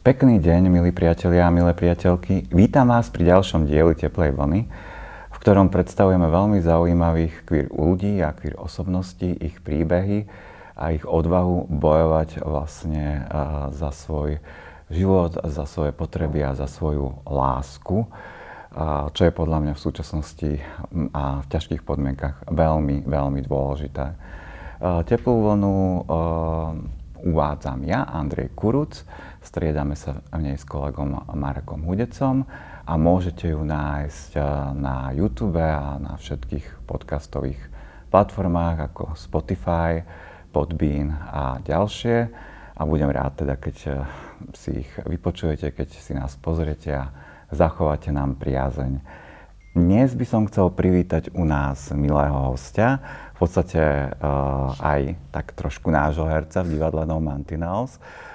Pekný deň, milí priatelia a milé priateľky. Vítam vás pri ďalšom dieli Teplej vlny, v ktorom predstavujeme veľmi zaujímavých queer ľudí a queer osobností, ich príbehy a ich odvahu bojovať vlastne za svoj život, za svoje potreby a za svoju lásku, čo je podľa mňa v súčasnosti a v ťažkých podmienkach veľmi, veľmi dôležité. Teplú vlnu uvádzam ja, Andrej Kuruc. Striedame sa v nej s kolegom Marekom Hudecom a môžete ju nájsť na YouTube a na všetkých podcastových platformách ako Spotify, Podbean a ďalšie. A budem rád teda, keď si ich vypočujete, keď si nás pozriete a zachováte nám priazeň. Dnes by som chcel privítať u nás milého hostia, v podstate aj tak trošku nášho herca v divadle No Mantinels,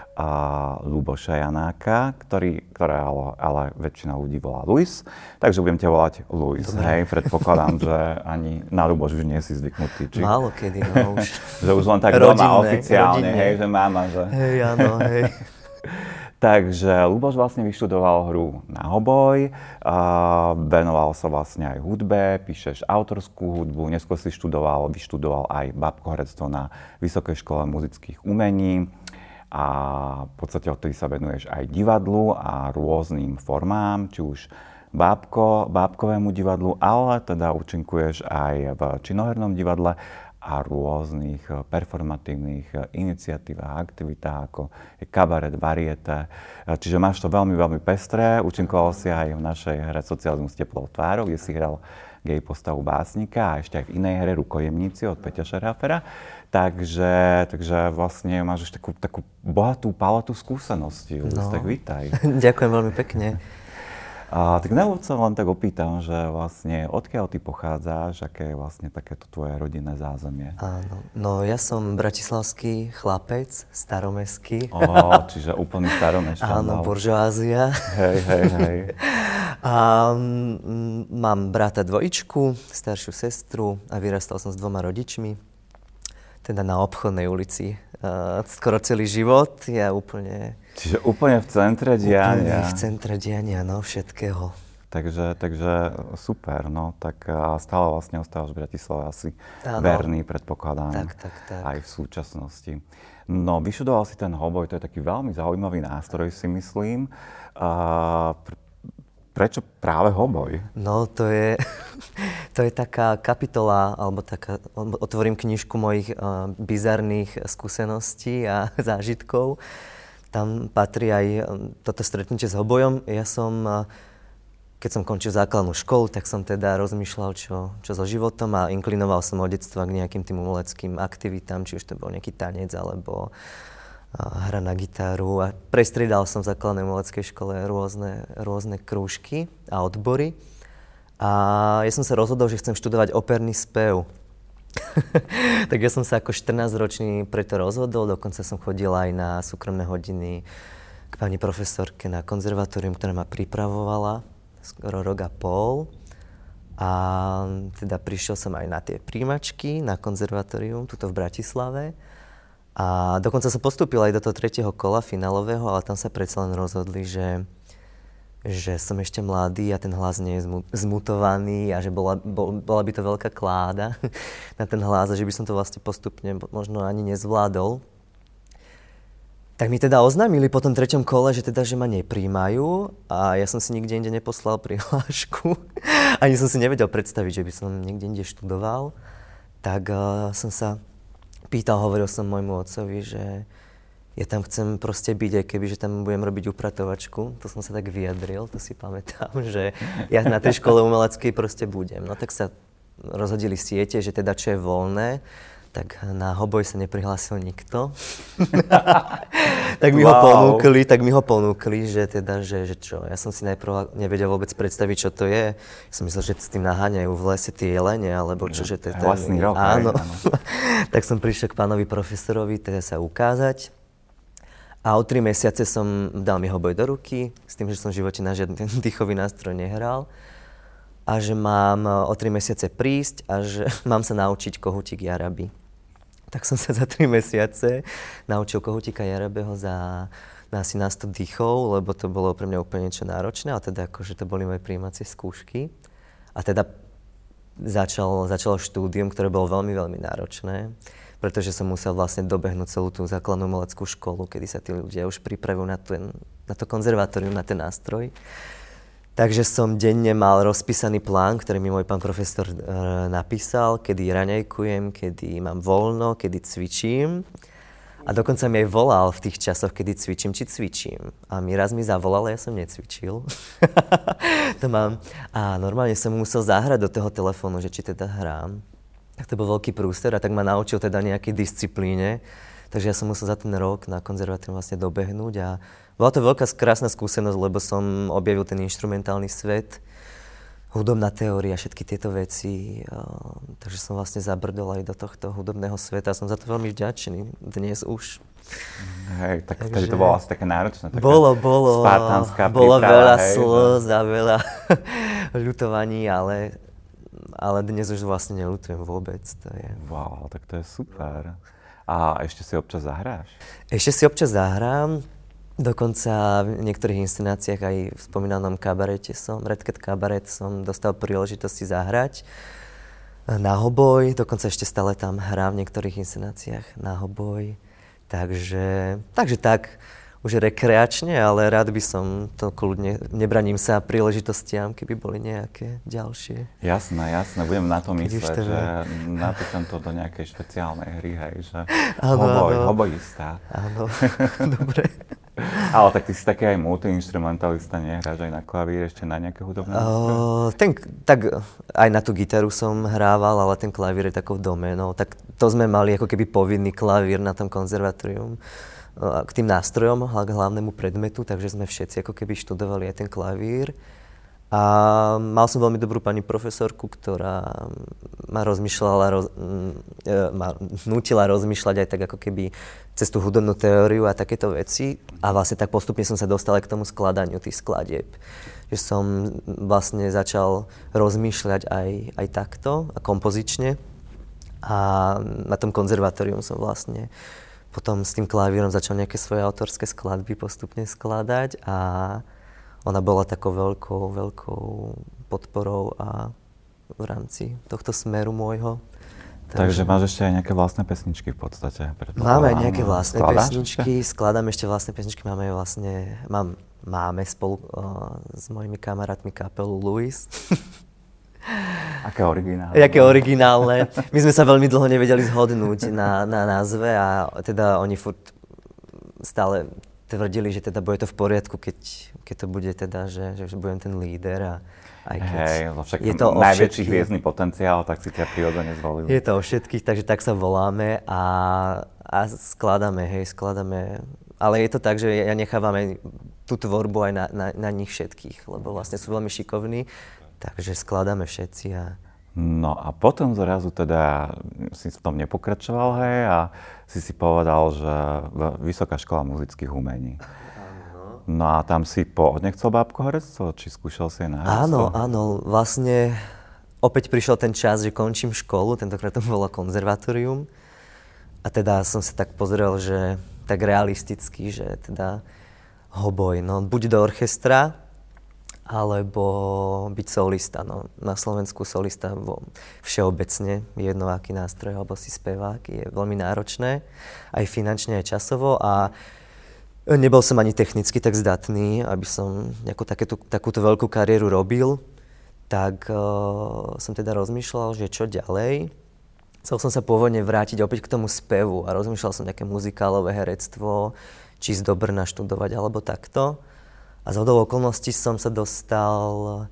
Ľuboša Janáka, ktoré ale väčšina ľudí volá Luis, takže budem ťa volať Luis, hej, predpokladám, že ani na Ľuboš už nie si zvyknutý, či? Málo kedy, no už. Že už len tak doma oficiálne, hej, že máma, že? Hej, áno, hej. Takže Ľuboš vlastne vyštudoval hru na hoboj, venoval sa vlastne aj hudbe, píšeš autorskú hudbu, neskôr si vyštudoval aj bábkoherectvo na Vysokej škole muzických umení a v podstate odtedy sa venuješ aj divadlu a rôznym formám, či už bábkovému divadlu, ale teda účinkuješ aj v činohernom divadle a rôznych performatívnych iniciatívach a aktivitách, ako je kabaret, varieté. Čiže máš to veľmi, veľmi pestré. Účinkoval si aj v našej hre Socializmus teplou tvárou, kde si hral gay postavu básnika a ešte aj v inej hre Rukojemníci od Peťa Šerafera. Takže vlastne máš už takú bohatú paletu skúseností. No. Tak vítaj. Ďakujem veľmi pekne. Tak na úvod sa len tak opýtam, že vlastne odkiaľ ty pochádzaš, aké je vlastne takéto tvoje rodinné zázemie? Áno, no ja som bratislavský chlapec, staromestský. Čiže úplný staromešťan. Áno, buržoázia. Hej. A mám brata dvojičku, staršiu sestru a vyrastal som s 2 rodičmi. Teda na Obchodnej ulici. Skoro celý život. Čiže úplne v centre diania. Úplne v centre diania, no, všetkého. Takže super, no. Tak stále vlastne ostávaš v Bratislave asi verný, predpokladám. Tak. Aj v súčasnosti. No, vyštudoval si ten hoboj, to je taký veľmi zaujímavý nástroj, si myslím. Prečo práve hoboj? No, to je taká kapitola, alebo otvorím knižku mojich bizarných skúseností a zážitkov. Tam patrí aj toto stretnutie s hobojom. Keď som končil základnú školu, tak som teda rozmýšľal, čo so životom a inklinoval som od detstva k nejakým tým umeleckým aktivitám, či už to bol nejaký tanec, alebo hra na gitaru a prestriedal som v základnej umeleckej škole rôzne krúžky a odbory. A ja som sa rozhodol, že chcem študovať operný spev. Tak ja som sa ako 14-ročný preto rozhodol, dokonca som chodil aj na súkromné hodiny k pani profesorke na konzervatórium, ktorá ma pripravovala skoro rok a pol. A teda prišiel som aj na tie príjmačky na konzervatórium tuto v Bratislave. A dokonca som postúpil aj do toho 3. kola finálového, ale tam sa predsa len rozhodli, že som ešte mladý a ten hlas nie je zmutovaný a že bola by to veľká kláda na ten hlas a že by som to vlastne postupne možno ani nezvládol. Tak mi teda oznámili po tom 3. kole, že ma nepríjmajú a ja som si nikde inde neposlal prihlášku. Ani som si nevedel predstaviť, že by som niekde inde študoval. Tak som sa hovoril som môjmu otcovi, že ja tam chcem proste byť, aj keby, že tam budem robiť upratovačku. To som sa tak vyjadril, to si pamätám, že ja na tej škole umeleckej proste budem. No tak sa rozhodili siete, že teda čo je voľné, tak na hoboj sa neprihlásil nikto. Tak mi ho ponúkli, že čo. Ja som si najprv nevedel vôbec predstaviť, čo to je. Ja som myslel, že s tým naháňajú v lese tie jelene, alebo čo, že to je ten... Lesný rok. Áno. Tak som prišiel k pánovi profesorovi, teda sa ukázať. A o 3 mesiace dal mi hoboj do ruky, s tým, že som v živote na žiadny dýchový nástroj nehral. A že mám o 3 mesiace prísť a že mám sa naučiť kohútik Jaraby. tak som sa za 3 mesiace naučil Kohútika Jarabeho asi na 100 dýchov, lebo to bolo pre mňa úplne niečo náročné, ale teda akože to boli moje prijímacie skúšky. A teda začalo štúdium, ktoré bolo veľmi, veľmi náročné, pretože som musel vlastne dobehnúť celú tú základnú umeleckú školu, kedy sa tí ľudia už pripravujú na to konzervatórium, na ten nástroj. Takže som denne mal rozpísaný plán, ktorý mi môj pán profesor napísal, kedy raňajkujem, kedy mám voľno, kedy cvičím. A dokonca mi aj volal v tých časoch, kedy cvičím, či cvičím. A raz mi zavolal, a ja som necvičil. To mám. A normálne som musel zahrať do toho telefónu, že či teda hrám. Tak to bol veľký prúster a tak ma naučil teda nejakej disciplíne. Takže ja som musel za ten rok na konzervatórium vlastne dobehnúť a bola to veľká krásna skúsenosť, lebo som objavil ten inštrumentálny svet, hudobná teória, všetky tieto veci. Takže som vlastne zabrdol aj do tohto hudobného sveta a som za to veľmi vďačný dnes už. Hej, tak vtedy to bolo asi také náročné. Bolo spartánska príprava. Bolo veľa slz a veľa ľutovaní, ale dnes už vlastne neľutujem vôbec. To je... Wow, tak to je super. A ešte si občas zahráš? Ešte si občas zahrám. Dokonca v niektorých inscenáciách aj v spomínanom kabarete Red Cat Kabaret som dostal príležitosť si zahrať na hoboj. Dokonca ešte stále tam hrám v niektorých inscenáciách na hoboj. Takže tak, už rekreačne, ale rád by som to kľudne, nebraním sa príležitostiam, keby boli nejaké ďalšie. Jasné, budem na to mysleť, že napíšem to do nejakej špeciálnej hry, hej, že hobojista. Áno, dobre. Ale tak ty si taký aj multiinstrumentalista, nie? Hráš aj na klavír, ešte na nejaké hudobné nástroje? Tak aj na tú gitaru som hrával, ale ten klavír je takou doménou. Tak to sme mali ako keby povinný klavír na tom konzervatórium k tým nástrojom, k hlavnému predmetu, takže sme všetci ako keby študovali aj ten klavír. A mal som veľmi dobrú pani profesorku, ktorá ma nútila rozmýšľať aj tak ako keby cez tú hudobnú teóriu a takéto veci. A vlastne tak postupne som sa dostal aj k tomu skladaniu tých skladieb. Že som vlastne začal rozmýšľať aj takto, a kompozične. A na tom konzervatórium som vlastne potom s tým klavírom začal nejaké svoje autorské skladby postupne skladať a ona bola takou veľkou podporou a v rámci tohto smeru môjho. Takže máš ešte aj nejaké vlastné pesničky v podstate? Máme aj nejaké vlastné pesničky, skladám ešte vlastné pesničky, máme spolu s mojimi kamarátmi kapelu Louis. Aké originálne. Jaké originálne. My sme sa veľmi dlho nevedeli zhodnúť na názve a teda oni furt stále tvrdili, že teda bude to v poriadku, keď to bude teda, že budem ten líder a aj keď však je to najväčší hviezdny potenciál, tak si ťa prirodzene zvolili. Je to o všetkých, takže tak sa voláme a skladáme, ale je to tak, že ja nechávam aj tú tvorbu aj na nich všetkých, lebo vlastne sú veľmi šikovní, takže skladáme všetci a... No a potom zrazu teda si v tom nepokračoval, hej, a si povedal, že Vysoká škola muzických umení. No a tam si pôvodne chcel bábkoherectvo, či skúšal si aj na herectvo? Áno, vlastne opäť prišiel ten čas, že končím školu, tentokrát to bolo konzervatórium. A teda som sa tak pozrel, že tak realisticky, že teda hoboj, no buď do orchestra, alebo byť solista. No, na Slovensku solista všeobecne, jedno aký nástroj, alebo si spevák, je veľmi náročné, aj finančne, aj časovo a nebol som ani technicky tak zdatný, aby som nejakú takúto veľkú kariéru robil, tak som teda rozmýšľal, že čo ďalej. Chcel som sa pôvodne vrátiť opäť k tomu spevu a rozmýšľal som nejaké muzikálové herectvo, či ísť do Brna študovať, alebo takto. A zhodou okolností som sa dostal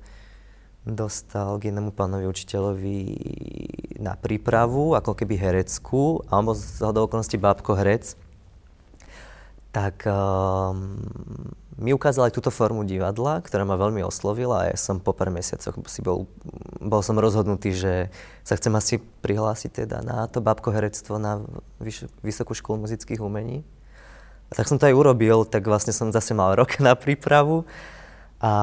k jednému pánovi učiteľovi na prípravu, ako keby hereckú, alebo zhodou okolností bábkoherec. Tak mi ukázal aj túto formu divadla, ktorá ma veľmi oslovila a ja som po pár mesiacoch bol som rozhodnutý, že sa chcem asi prihlásiť teda na to bábkoherectvo na Vysokú školu muzických umení. A tak som to aj urobil, tak vlastne som zase mal rok na prípravu a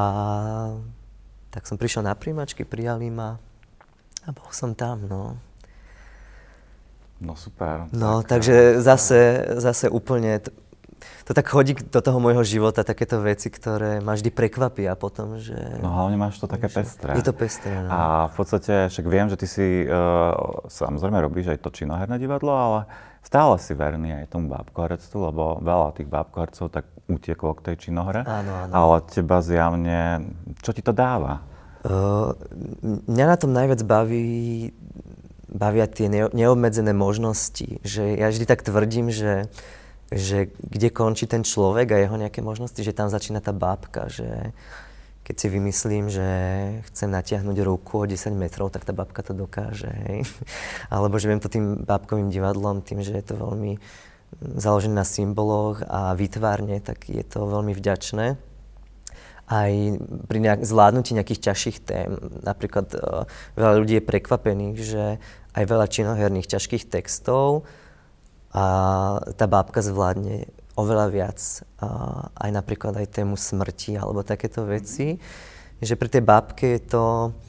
tak som prišiel na prijímačky, prijali ma a bol som tam, no. No super. No, takže zase úplne, to tak chodí do toho môjho života, takéto veci, ktoré ma vždy prekvapia potom, že... No hlavne máš to také pestré. Je to pestré, no. A v podstate, však viem, že ty si, samozrejme robíš aj to činoherné divadlo, ale stále si verný aj tomu bábkoherectvu, lebo veľa tých bábkohercov tak utieklo k tej činohre. Áno, áno. Ale teba zjavne, čo ti to dáva? Mňa na tom najviac bavia tie neobmedzené možnosti. Že ja vždy tak tvrdím, že kde končí ten človek a jeho nejaké možnosti, že tam začína tá bábka, že keď si vymyslím, že chcem natiahnuť ruku o 10 metrov, tak tá bábka to dokáže, hej. Alebo že viem to tým bábkovým divadlom, tým, že je to veľmi založené na symboloch a výtvarne, tak je to veľmi vďačné. Aj pri zvládnutí nejakých ťažších tém. Napríklad veľa ľudí je prekvapených, že aj veľa činoherných ťažkých textov a tá bábka zvládne oveľa viac. Aj napríklad aj tému smrti alebo takéto veci. Že pri tej bábke je to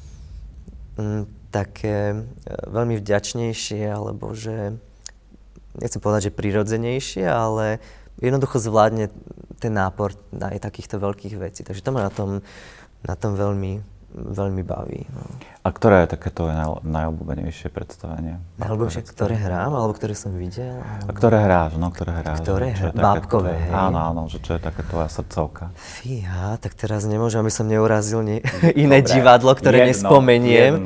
také veľmi vďačnejšie, alebo že, nechcem povedať, že prirodzenejšie, ale jednoducho zvládne ten nápor aj takýchto veľkých vecí. Takže to ma na tom veľmi baví. No. A ktoré je také tvoje najobľúbenejšie predstavenie? Najobľúbenejšie, ktoré hrám, alebo ktoré som videl? A ktoré hráš, no ktoré hráš? Ktoré bábkové, hej? Áno, že čo je také tvoja srdcovka? Fíha, tak teraz nemôžem, aby som neurazil iné divadlo, ktoré nespomeniem.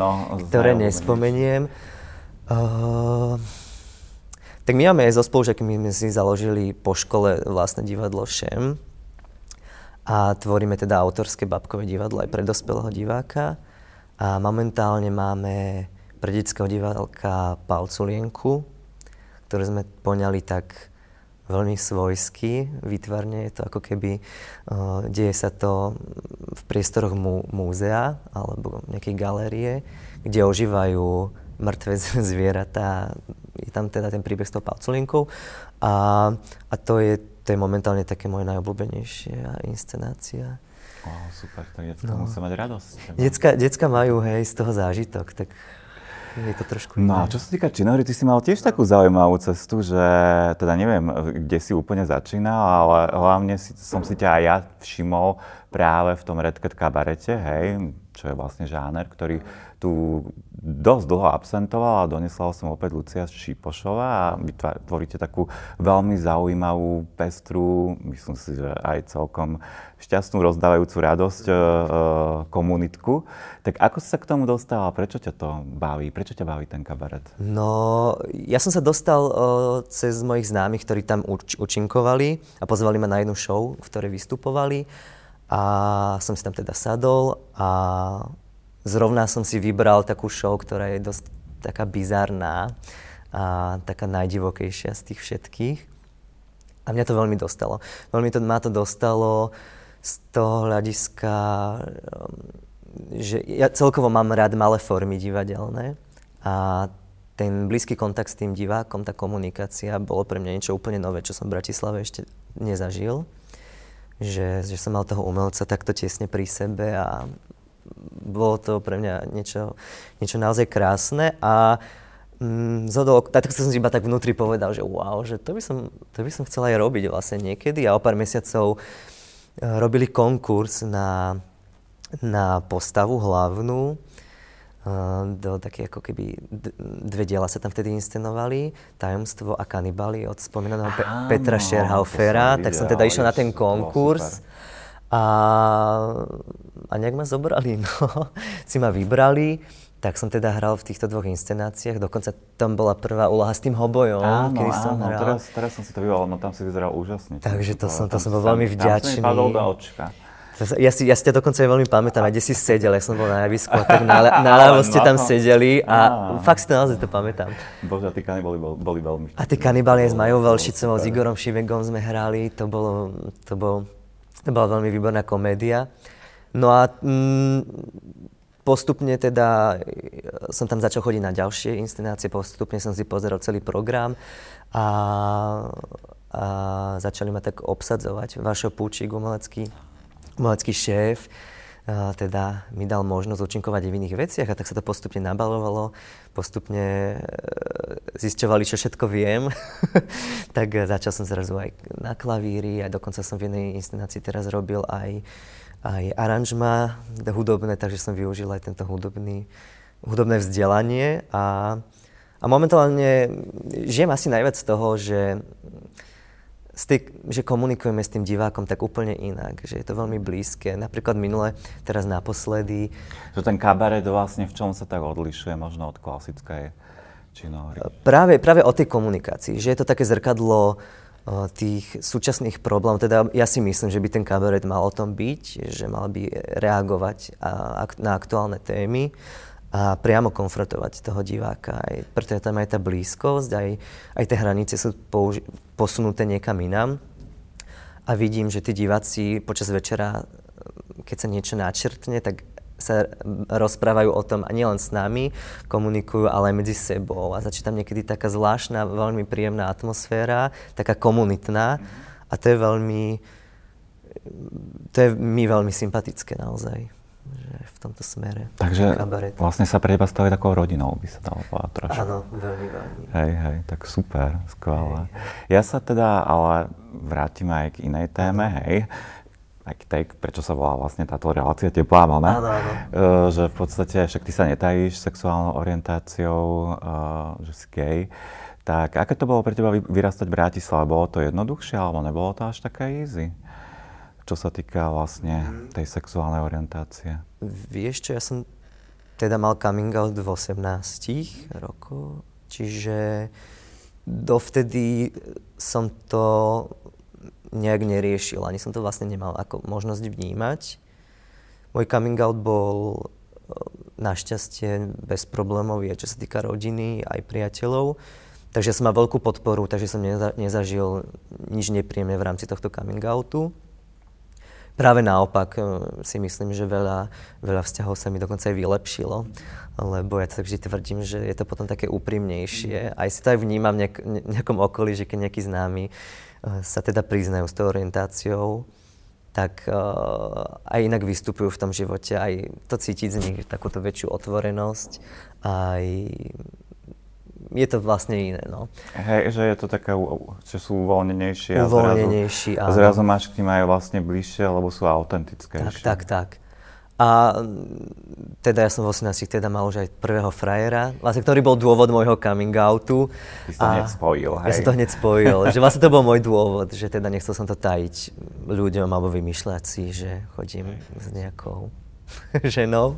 Tak my máme aj so spolužiakmi, my si založili po škole vlastné divadlo ŠEM a tvoríme teda autorské bábkové divadlo aj pre dospelého diváka. A momentálne máme pre detského diváka Palculienku, ktorú sme poňali tak veľmi svojsky, výtvarne. Je to ako keby, deje sa to v priestoroch múzea alebo nejakej galérie, kde ožívajú mŕtve zvieratá. Je tam teda ten príbeh s tou Palculienkou a to je momentálne také moje najobľúbenejšia inscenácia. Super, tak decka musia mať radosť. Decka majú, hej, z toho zážitok, tak je to trošku iné. No a čo sa týka činohry, ty si mal tiež takú zaujímavú cestu, že teda neviem, kde si úplne začínal, ale hlavne som si ťa aj ja všimol práve v tom Red Cat kabarete, hej, čo je vlastne žáner, ktorý tu dosť dlho absentoval a donesla som opäť Lucia Šipošová a tvoríte takú veľmi zaujímavú, pestrú, myslím si, že aj celkom šťastnú, rozdávajúcu radosť komunitku. Tak ako si sa k tomu dostala? Prečo ťa to baví? Prečo ťa baví ten kabaret? No, ja som sa dostal cez mojich známych, ktorí tam účinkovali a pozvali ma na jednu show, v ktorej vystupovali a som si tam teda sadol a zrovna som si vybral takú show, ktorá je dosť taká bizarná a taká najdivokejšia z tých všetkých. A mňa to veľmi dostalo. Ma to dostalo z toho hľadiska, že ja celkovo mám rád malé formy divadelné a ten blízky kontakt s tým divákom, tá komunikácia bolo pre mňa niečo úplne nové, čo som v Bratislave ešte nezažil. Že som mal toho umelca takto tesne pri sebe a bolo to pre mňa niečo naozaj krásne a tak som si iba tak vnútri povedal, že wow, že to by som chcela aj robiť vlastne niekedy a o pár mesiacov robili konkurs na postavu hlavnú do také ako keby dve diela sa tam vtedy inscenovali, Tajomstvo a kanibali od spomínaného Petra Scherhaufera, tak som teda išiel na ten konkurs. A nejak ma zobrali, si ma vybrali, tak som teda hral v týchto dvoch inscenáciách, dokonca tam bola prvá úloha s tým hobojom, kedy som hral. Teraz som si to vyvolal, tam si vyzeral úžasne. Takže to som bol veľmi vďačný. Tam si mi padol do očka. Ja si ťa dokonca aj veľmi pamätám, aj kde si sedel, ja som bol na javisku a tak naľavo ste tam sedeli a fakt si to naozaj to pamätám. Bože, a tí kanibali boli veľmi vtipní. A tí kanibali s Majou Velšicovou, s Igorom Šivegom sme hrali, to bola veľmi výborná komédia. No a postupne teda som tam začal chodiť na ďalšie inscenácie, postupne som si pozeral celý program a začali ma tak obsadzovať. Vašo Púčik, umelecký šéf, teda mi dal možnosť účinkovať aj v iných veciach a tak sa to postupne nabalovalo, postupne zisťovali, čo všetko viem. Tak začal som zrazu aj na klavíri a dokonca som v jednej inscenácii teraz robil aj aranžma hudobné, takže som využil aj tento hudobné vzdelanie a momentálne žijem asi najviac z toho, že komunikujeme s tým divákom tak úplne inak, že je to veľmi blízke. Napríklad minule, teraz naposledy. Že ten kabaret vlastne v čom sa tak odlišuje možno od klasickej činohry? Práve o tej komunikácii, že je to také zrkadlo tých súčasných problémov. Teda ja si myslím, že by ten kabaret mal o tom byť, že mal by reagovať na aktuálne témy a priamo konfrontovať toho diváka. Preto je tam aj tá blízkosť, aj tie hranice sú posunuté niekam inám. A vidím, že tí diváci počas večera, keď sa niečo načrtne, tak sa rozprávajú o tom a nielen s nami, komunikujú, ale aj medzi sebou. A začne tam niekedy taká zvláštna, veľmi príjemná atmosféra, taká komunitná. A to je mi veľmi sympatické naozaj, že v tomto smere. Takže kabaret. Vlastne sa pre teba stali takou rodinou, by sa dalo povedať trošku. Áno, veľmi. Hej, tak super, skvelé. Ja sa teda ale vrátim aj k inej téme, hej. Aj k tej, prečo sa volá vlastne táto relácia Teplá mama. Áno. Že v podstate, však ty sa netajíš sexuálnou orientáciou, že si gay. Tak aké to bolo pre teba vyrastať v Bratislave? Bolo to jednoduchšie, alebo nebolo to až také easy? Čo sa týka vlastne tej sexuálnej orientácie? Vieš čo, ja som teda mal coming out v 18 rokov, čiže dovtedy som to nejak neriešil, ani som to vlastne nemal ako možnosť vnímať. Môj coming out bol našťastie bez problémov, čo sa týka rodiny, aj priateľov. Takže som mal veľkú podporu, takže som nezažil nič nepríjemné v rámci tohto coming outu. Práve naopak si myslím, že veľa vzťahov sa mi dokonca aj vylepšilo, lebo ja to tak vždy tvrdím, že je to potom také úprimnejšie. Aj si to aj vnímam v nejakom okolí, že keď nejakí známi sa teda priznajú s tou orientáciou, tak aj inak vystupujú v tom živote, aj to cítiť z nich, takúto väčšiu otvorenosť, aj je to vlastne iné, no. Hej, že je to také, že sú uvoľnenejšie Uvoľnenejší, a zrazu máš k tým aj vlastne bližšie, lebo sú autentickejšie. Tak. A teda ja som v 18 teda mal už aj prvého frajera, vlastne, ktorý bol dôvod môjho coming outu. Ty si to hneď spojil, hej? Ja som to hneď spojil, že vlastne to bol môj dôvod, že teda nechcel som to tajiť ľuďom alebo vymýšľať si, že chodím s nejakou ženou.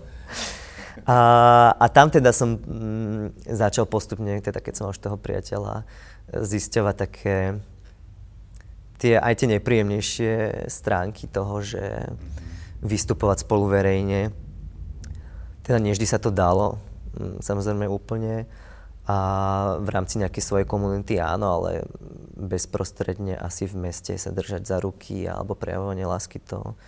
A tam teda som začal postupne, teda keď som mal už toho priateľa, zisťovať také aj tie nepríjemnejšie stránky toho, že vystupovať spolu verejne. Teda nie vždy sa to dalo, samozrejme úplne. A v rámci nejakej svojej komunity áno, ale bezprostredne asi v meste sa držať za ruky alebo prejavovanie lásky, to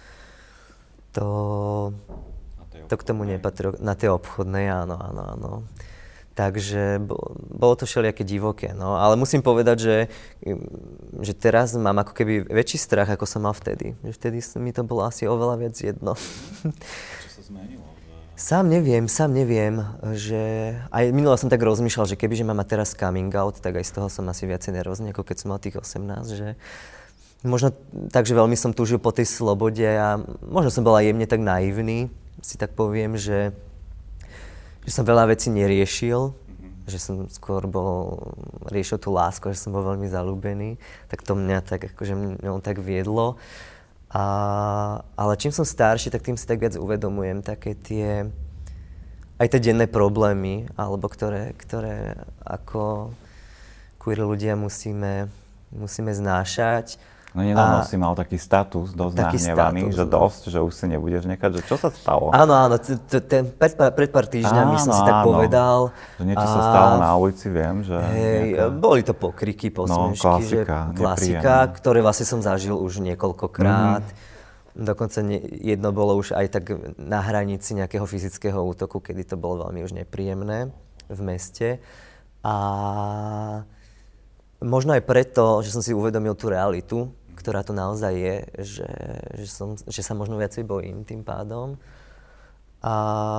k tomu nepatrí. Na tej obchodnej, áno. Takže bolo to všelijaké divoké, no. Ale musím povedať, že teraz mám ako keby väčší strach, ako som mal vtedy. Že vtedy mi to bolo asi oveľa viac jedno. Čo sa zmenilo? Sám neviem, že aj minule som tak rozmýšľal, že kebyže mám teraz coming out, tak aj z toho som asi viacej nervózny, ako keď som mal tých 18, že možno tak, že veľmi som túžil po tej slobode a možno som bol aj jemne tak naivný, si tak poviem, že som veľa vecí neriešil, že som skôr riešil tú lásku, že som bol veľmi zaľúbený, tak to mňa tak akože mňou tak viedlo. Ale čím som starší, tak tým si tak viac uvedomujem také aj tie denné problémy, alebo ktoré ako queer ľudia musíme znášať. No nedávno si mal taký status dosť nahnevaný, že dosť, že už si nebudeš nechať, že čo sa stalo? Áno, pred pár týždňami som si tak povedal. Že niečo sa stalo na ulici, viem, že... Boli to pokriky, posmešky, klasika, ktoré vlastne som zažil už niekoľkokrát. Dokonca jedno bolo už aj tak na hranici nejakého fyzického útoku, kedy to bolo veľmi už nepríjemné v meste. A možno aj preto, že som si uvedomil tú realitu, ktorá tu naozaj je, že sa možno viacej bojím tým pádom. A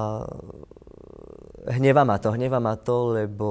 hnevá ma to, lebo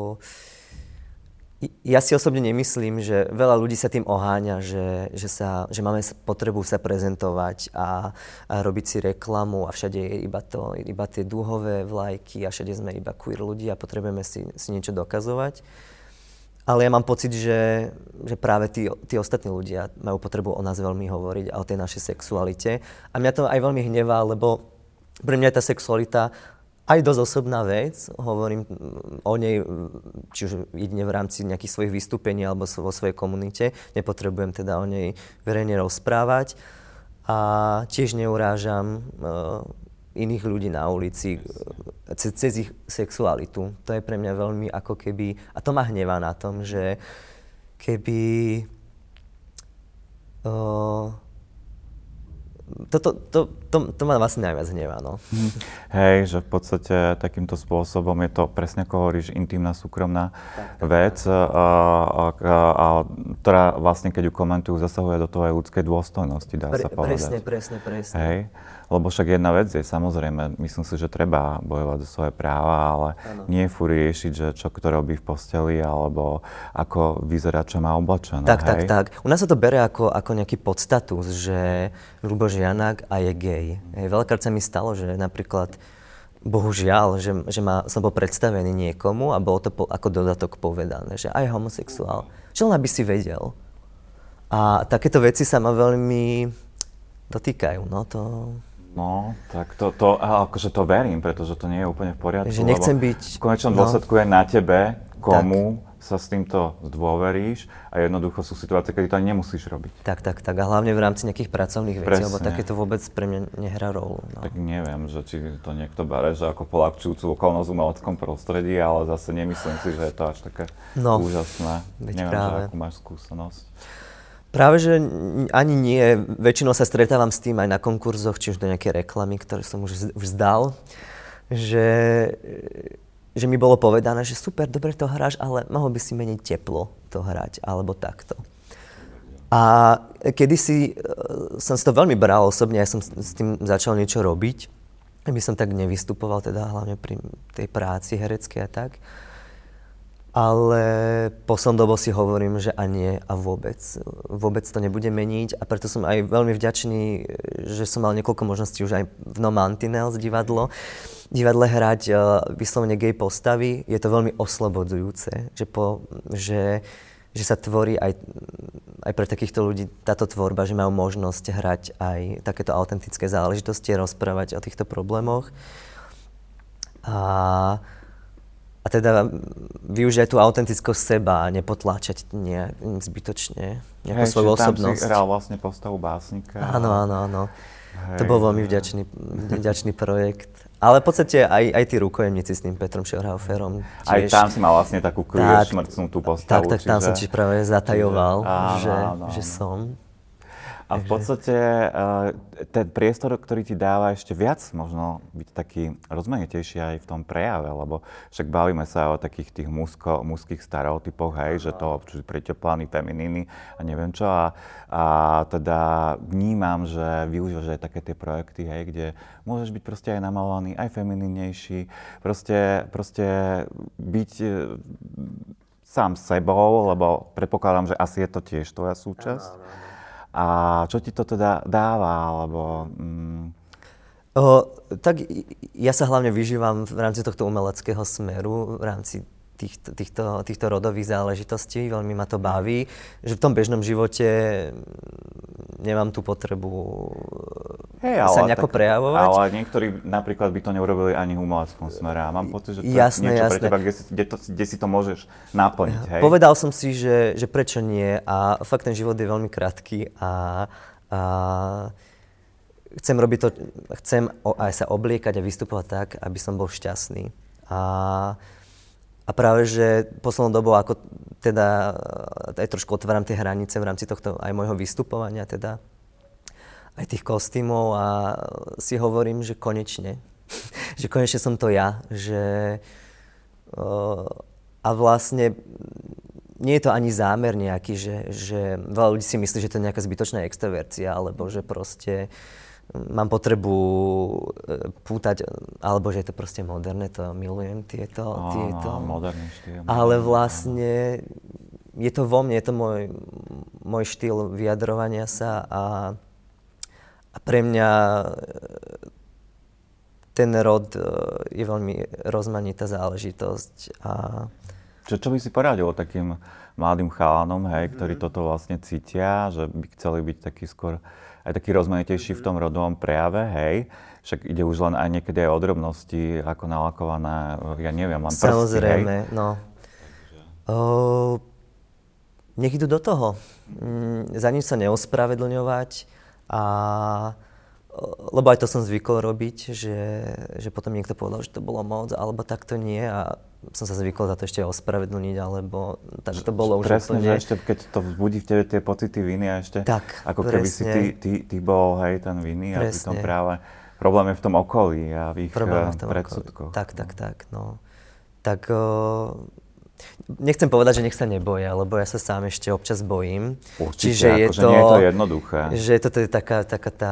ja si osobne nemyslím, že veľa ľudí sa tým oháňa, že máme potrebu sa prezentovať a robiť si reklamu a všade je iba tie dúhové vlajky a všade sme iba queer ľudia a potrebujeme si niečo dokazovať. Ale ja mám pocit, že práve tí ostatní ľudia majú potrebu o nás veľmi hovoriť a o tej našej sexualite. A mňa to aj veľmi hnevá, lebo pre mňa je tá sexualita aj dosť osobná vec, hovorím o nej, či už jedine v rámci nejakých svojich vystúpení alebo vo svojej komunite, nepotrebujem teda o nej verejne rozprávať a tiež neurážam iných ľudí na ulici cez ich sexualitu. To je pre mňa veľmi ako keby, a to ma hnevá na tom, že keby to ma vlastne najviac hnevá, no. Hej, že v podstate takýmto spôsobom je to presne, ako hovoríš, intimná, súkromná vec, ktorá vlastne, keď ju komentujú, zasahuje do tvojej ľudskej dôstojnosti, dá sa povedať. Presne. Hej, lebo však jedna vec je, samozrejme, myslím si, že treba bojovať za svoje práva, ale nie furt riešiť, že čo kto robí v posteli, alebo ako vyzerá, čo má oblečené. Tak. U nás sa to bere ako nejaký podstatus, že Ľuboš Janák a je gej. Veľakrát sa mi stalo, že napríklad, bohužiaľ, že som bol predstavený niekomu a bolo to ako dodatok povedané, že aj homosexuál. Čo len aby si vedel. A takéto veci sa ma veľmi dotýkajú, no to... No, tak akože to verím, pretože to nie je úplne v poriadku. Že nechcem byť... V konečnom dôsledku je na tebe, komu sa s týmto zdôveríš a jednoducho sú situácie, kedy to ani nemusíš robiť. Tak. A hlavne v rámci nejakých pracovných vecí, lebo takéto vôbec pre mňa nehrá rolu. No. Tak neviem, že či to niekto bere, že ako poľahčujúcu okolnosť v umeleckom prostredí, ale zase nemyslím si, že je to až také úžasné. Neviem, že akú máš skúsenosť. Práve, že ani nie. Väčšinou sa stretávam s tým aj na konkurzoch, či už do nejakej reklamy, ktoré som už vzdal, že mi bolo povedané, že super, dobre to hráš, ale mohol by si menej teplo to hrať, alebo takto. A kedysi som si to veľmi bral osobne, ja som s tým začal niečo robiť, aby som tak nevystupoval, teda hlavne pri tej práci hereckej a tak. Ale poslednou dobou si hovorím, že a nie a vôbec to nebude meniť a preto som aj veľmi vďačný, že som mal niekoľko možností už aj v No Mantinels divadle hrať vyslovene gay postavy. Je to veľmi oslobodzujúce, že sa tvorí aj pre takýchto ľudí táto tvorba, že majú možnosť hrať aj takéto autentické záležitosti, rozprávať o týchto problémoch. A teda využiť aj tú autentickosť seba a nepotláčať zbytočne nejakú svoju osobnosť. Tam si hral vlastne postavu básnika. Áno. To bol veľmi vďačný projekt. Ale v podstate aj tí rukojemníci s tým Petrom Schörhauferom. Aj tam si mal vlastne takú queer šmrcnutú postavu. Tak, tam som tiež práve zatajoval, že som. A v podstate ten priestor, ktorý ti dáva ešte viac možno byť taký rozmanitejší aj v tom prejave, lebo však bavíme sa o takých tých mužských stereotypoch, hej, že to preteplaný, feminíny a neviem čo. A teda vnímam, že využívaš aj také tie projekty, hej, kde môžeš byť proste aj namalovaný, aj feminínnejší, proste byť sám sebou, lebo predpokladám, že asi je to tiež tvoja súčasť. A čo ti to teda dáva, alebo... Tak ja sa hlavne vyžívam v rámci tohto umeleckého smeru, v rámci týchto rodových záležitostí, veľmi ma to baví, že v tom bežnom živote nemám tú potrebu sa nejako prejavovať. Ale niektorí napríklad by to neurobili ani v umeleckom smere a mám pocit, že to je niečo pre teba, kde si to môžeš naplniť. Hej? Povedal som si, že prečo nie a fakt ten život je veľmi krátky a chcem aj sa obliekať a vystupovať tak, aby som bol šťastný. A práve, že poslednou dobou, ako teda aj trošku otváram tie hranice v rámci tohto aj môjho vystupovania, teda aj tých kostýmov a si hovorím, že konečne. Že konečne som to ja. A vlastne nie je to ani zámer nejaký, že veľa ľudí si myslí, že to je nejaká zbytočná extroverzia, alebo že proste mám potrebu pútať, alebo že je to proste moderné, to milujem, tieto. Moderný štýl. Ale vlastne je to vo mne, je to môj štýl vyjadrovania sa a pre mňa ten rod je veľmi rozmanitá záležitosť. Čo by si poradil takým mladým chalanom, hej, ktorí toto vlastne cítia, že by chceli byť taký skôr aj taký rozmanitejší v tom rodovom prejave, hej? Však ide už len aj niekedy aj o drobnosti, ako nalakované, ja neviem, len prsty, samozrejme, hej? No. Nech idú do toho. Za nič sa neospravedlňovať lebo aj to som zvykol robiť, že potom niekto povedal, že to bolo moc, alebo tak to nie a som sa zvykol za to ešte ospravedlniť, alebo tak to bolo už presne, úplne. Že ešte keď to vzbudí v tebe tie pocity viny a ešte tak, ako presne. Keby si ty bol, hej, ten viny a pritom práve problém je v tom okolí a v ich predsudkoch. Tak, no. Tak nechcem povedať, že nech sa neboja, lebo ja sa sám ešte občas bojím. Určite, čiže akože nie je to jednoduché. Že toto je taká tá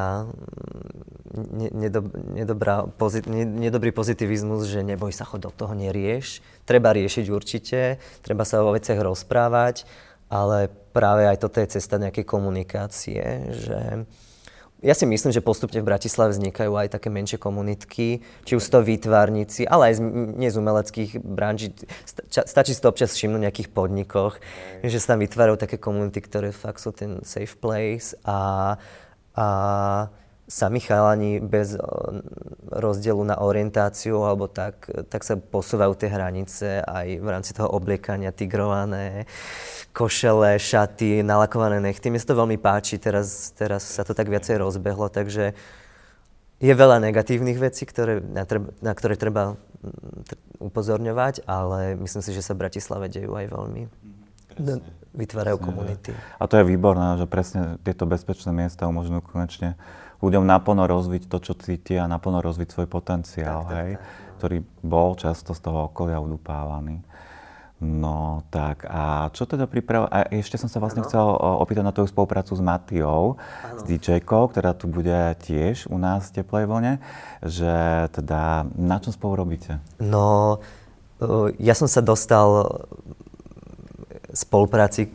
nedobrý pozitivizmus, že neboj sa, chod do toho, nerieš. Treba riešiť určite, treba sa o veciach rozprávať, ale práve aj toto je cesta nejakej komunikácie, že ja si myslím, že postupne v Bratislave vznikajú aj také menšie komunitky, či už to výtvarníci, ale aj nie z umeleckých branží. Stačí si to občas všimnúť v nejakých podnikoch, že sa tam vytvárajú také komunity, ktoré fakt sú ten safe place a sami chalani bez rozdielu na orientáciu alebo tak sa posúvajú tie hranice aj v rámci toho obliekania, tigrované košele, šaty, nalakované nechty. Mne sa to veľmi páči, teraz sa to tak viacej rozbehlo, takže je veľa negatívnych vecí, na ktoré treba upozorňovať, ale myslím si, že sa v Bratislave dejú aj veľmi. Vytvárajú komunity. A to je výborné, že presne tieto bezpečné miesta umožňujú konečne ľuďom naplno rozviť to, čo cítia a naplno rozviť svoj potenciál, hej, ktorý bol často z toho okolia udupávaný. No tak, a čo teda a ešte som sa vlastne chcel opýtať na tvoju spoluprácu s Matiou, s DJ-kou, ktorá tu bude tiež u nás v Teplej vlne, že teda na čom spolu robíte? No, ja som sa dostal k spolupráci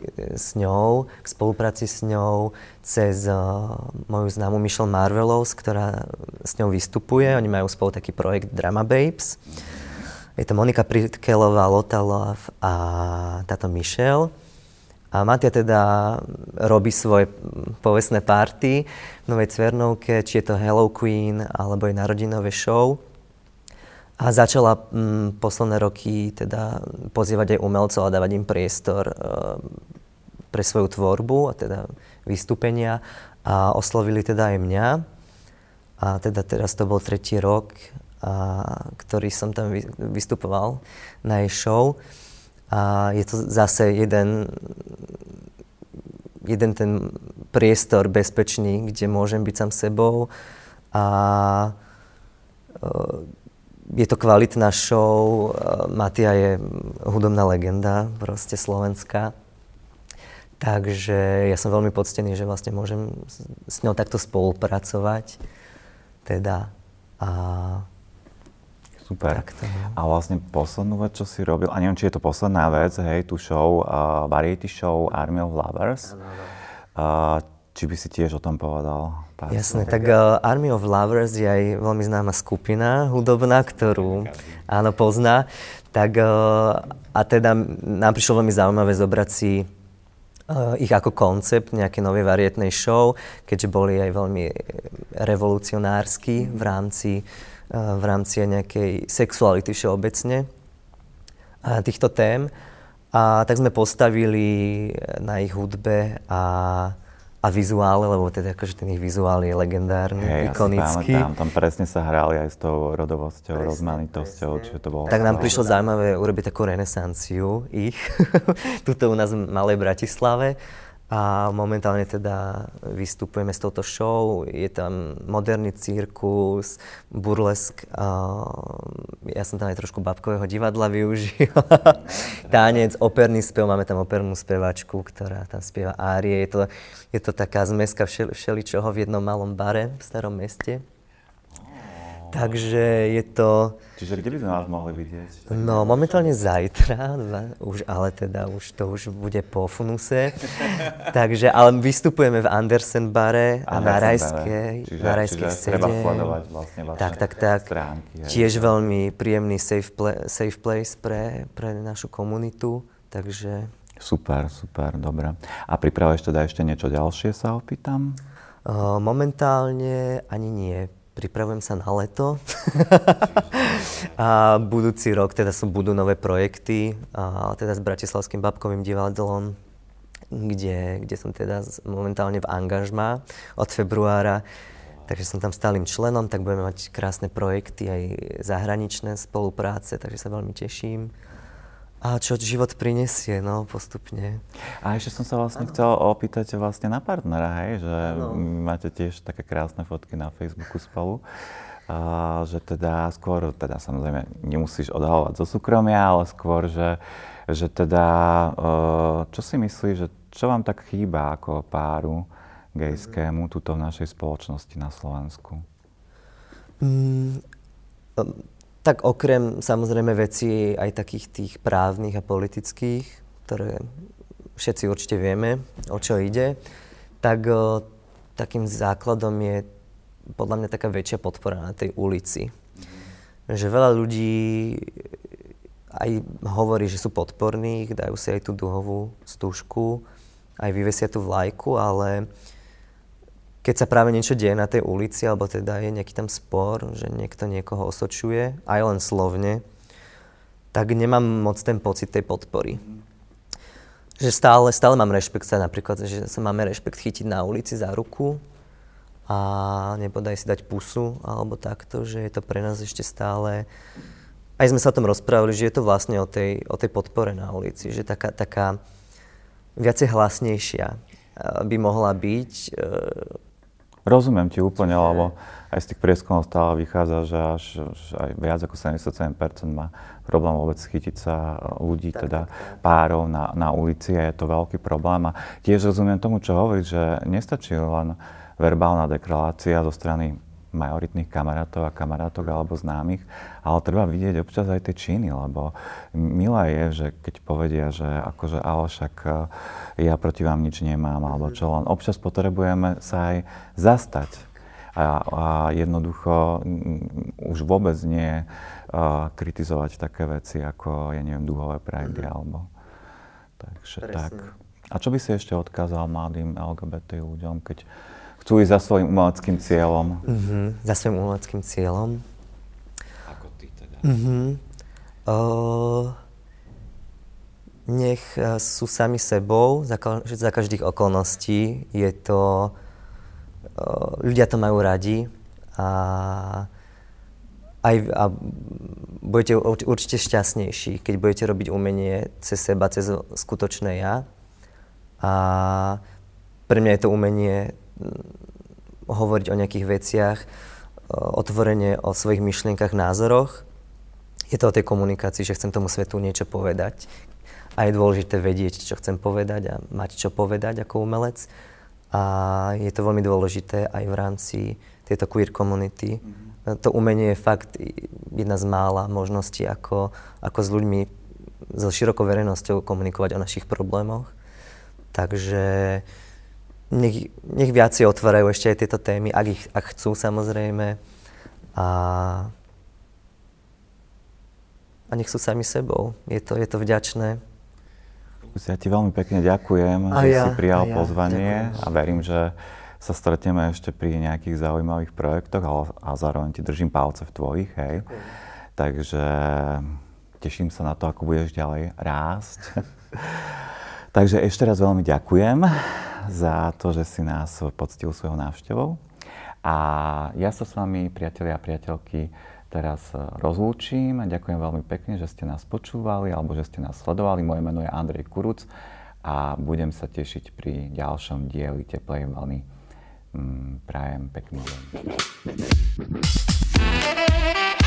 s ňou cez moju známu Michelle Marvelous, ktorá s ňou vystupuje. Oni majú spolu taký projekt Drama Babes. Je to Monika Pritkelová, Lotta Love a táto Michelle. A Matia teda robí svoje povestné party v Novej Cvernovke, či je to Hello Queen, alebo je narodinové show. A začala posledné roky teda pozývať aj umelcov a dávať im priestor pre svoju tvorbu a teda vystúpenia. A oslovili teda aj mňa. A teda teraz to bol 3. rok, ktorý som tam vystupoval na jej show. A je to zase jeden ten priestor bezpečný, kde môžem byť sám sebou. A je to kvalitná show. Matia je hudobná legenda, proste slovenská. Takže ja som veľmi poctený, že vlastne môžem s ňou takto spolupracovať. Teda super. Takto, no. A vlastne poslednú vec, čo si robil, a neviem, či je to posledná vec, hej, tú show, variety show Army of Lovers. Či by si tiež o tom povedal? Jasné, tak Army of Lovers je aj veľmi známa skupina hudobná, ktorú áno, pozná. Tak, a teda nám prišlo veľmi zaujímavé zobrať si ich ako koncept nejakej novej varietnej show, keďže boli aj veľmi revolucionársky v rámci nejakej sexuality všeobecne týchto tém. A tak sme postavili na ich hudbe a vizuále, lebo teda akože ten ich vizuál je legendárny, ikonický. Ja si pamätám, tam presne sa hrali aj s tou rodovosťou, rozmanitosťou, čiže to bolo... Tak nám prišlo zaujímavé urobiť takú renesanciu ich, tuto u nás v malej Bratislave. A momentálne teda vystupujeme s touto show, je tam moderný cirkus, burlesk, ja som tam aj trošku babkového divadla využil, tanec, operný spev, máme tam opernú spevačku, ktorá tam spieva árie, je to taká zmeska všeličoho v jednom malom bare v Starom meste. Takže je to... Čiže kde by sme vás mohli vidieť? No, momentálne zajtra, ale teda už to bude po funuse. Takže, ale vystupujeme v Andersen bare a na Rajskej Čiže treba sledovať vlastne vaše stránky. Tiež veľmi príjemný safe place pre našu komunitu, takže... Super, dobre. A pripravuješ teda ešte niečo ďalšie, sa opýtam? Momentálne ani nie. Pripravujem sa na leto a budúci rok teda budú nové projekty, a teda s Bratislavským babkovým divadlom, kde som teda momentálne v angažmá od februára, takže som tam stálym členom, tak budeme mať krásne projekty, aj zahraničné spolupráce, takže sa veľmi teším. A čo život prinesie, no, postupne. A ešte som sa vlastne chcel opýtať vlastne na partnera, hej, že máte tiež také krásne fotky na Facebooku spolu, že teda skôr, teda samozrejme nemusíš odhalovať zo súkromia, ale skôr, že teda, čo si myslíš, že čo vám tak chýba ako páru gejskému tuto v našej spoločnosti na Slovensku? Tak okrem samozrejme vecí aj takých tých právnych a politických, ktoré všetci určite vieme, o čo ide, tak takým základom je podľa mňa taká väčšia podpora na tej ulici. Že veľa ľudí aj hovorí, že sú podporní, dajú si aj tú duhovú stúžku, aj vyvesia tú vlajku, ale keď sa práve niečo deje na tej ulici, alebo teda je nejaký tam spor, že niekto niekoho osočuje, aj len slovne, tak nemám moc ten pocit tej podpory. Že stále mám rešpekt sa napríklad, že sa máme rešpekt chytiť na ulici za ruku a nepodaj si dať pusu, alebo takto, že je to pre nás ešte stále... Aj sme sa o tom rozprávali, že je to vlastne o tej podpore na ulici, že taká viacej hlasnejšia by mohla byť. Rozumiem ti úplne, lebo aj z tých prieskumov stále vychádza, že až aj viac ako 77% má problém vôbec chytiť sa ľudí, teda párov na ulici a je to veľký problém. A tiež rozumiem tomu, čo hovoríš, že nestačí len verbálna deklarácia zo strany majoritných kamarátov a kamarátok alebo známych, ale treba vidieť občas aj tie činy, lebo milé je, že keď povedia, že akože ale však ja proti vám nič nemám, alebo čo len občas potrebujeme sa aj zastať a jednoducho už vôbec nie kritizovať také veci ako, ja neviem, duhové prajdy alebo takže presne. Tak. A čo by si ešte odkázal mladým LGBT ľuďom, keď chcú ísť za svojím umeleckým cieľom? Za svojím umeleckým cieľom? Ako ty teda? Nech sú sami sebou, za každých okolností. Je to... ľudia to majú radi a budete určite šťastnejší, keď budete robiť umenie cez seba, cez skutočné ja. A pre mňa je to umenie hovoriť o nejakých veciach, otvorene o svojich myšlienkach, názoroch. Je to o tej komunikácii, že chcem tomu svetu niečo povedať. A je dôležité vedieť, čo chcem povedať a mať čo povedať ako umelec. A je to veľmi dôležité aj v rámci tejto queer community. To umenie je fakt jedna z mála možností, ako s ľuďmi, so širokou verejnosťou komunikovať o našich problémoch. Takže nech viacej otvárajú ešte aj tieto témy, ak chcú samozrejme. A nech sú sami sebou. Je to vďačné. Ja ti veľmi pekne ďakujem, že si prijal pozvanie a verím, že sa stretneme ešte pri nejakých zaujímavých projektoch a zároveň ti držím palce v tvojich, hej. Takže teším sa na to, ako budeš ďalej rásť. Takže ešte raz veľmi ďakujem za to, že si nás poctil svojou návštevou. A ja sa s vami, priatelia a priateľky, teraz rozlúčim. Ďakujem veľmi pekne, že ste nás počúvali alebo že ste nás sledovali. Moje meno je Andrej Kuruc a budem sa tešiť pri ďalšom dieli Teplej vlny. Prajem pekný deň.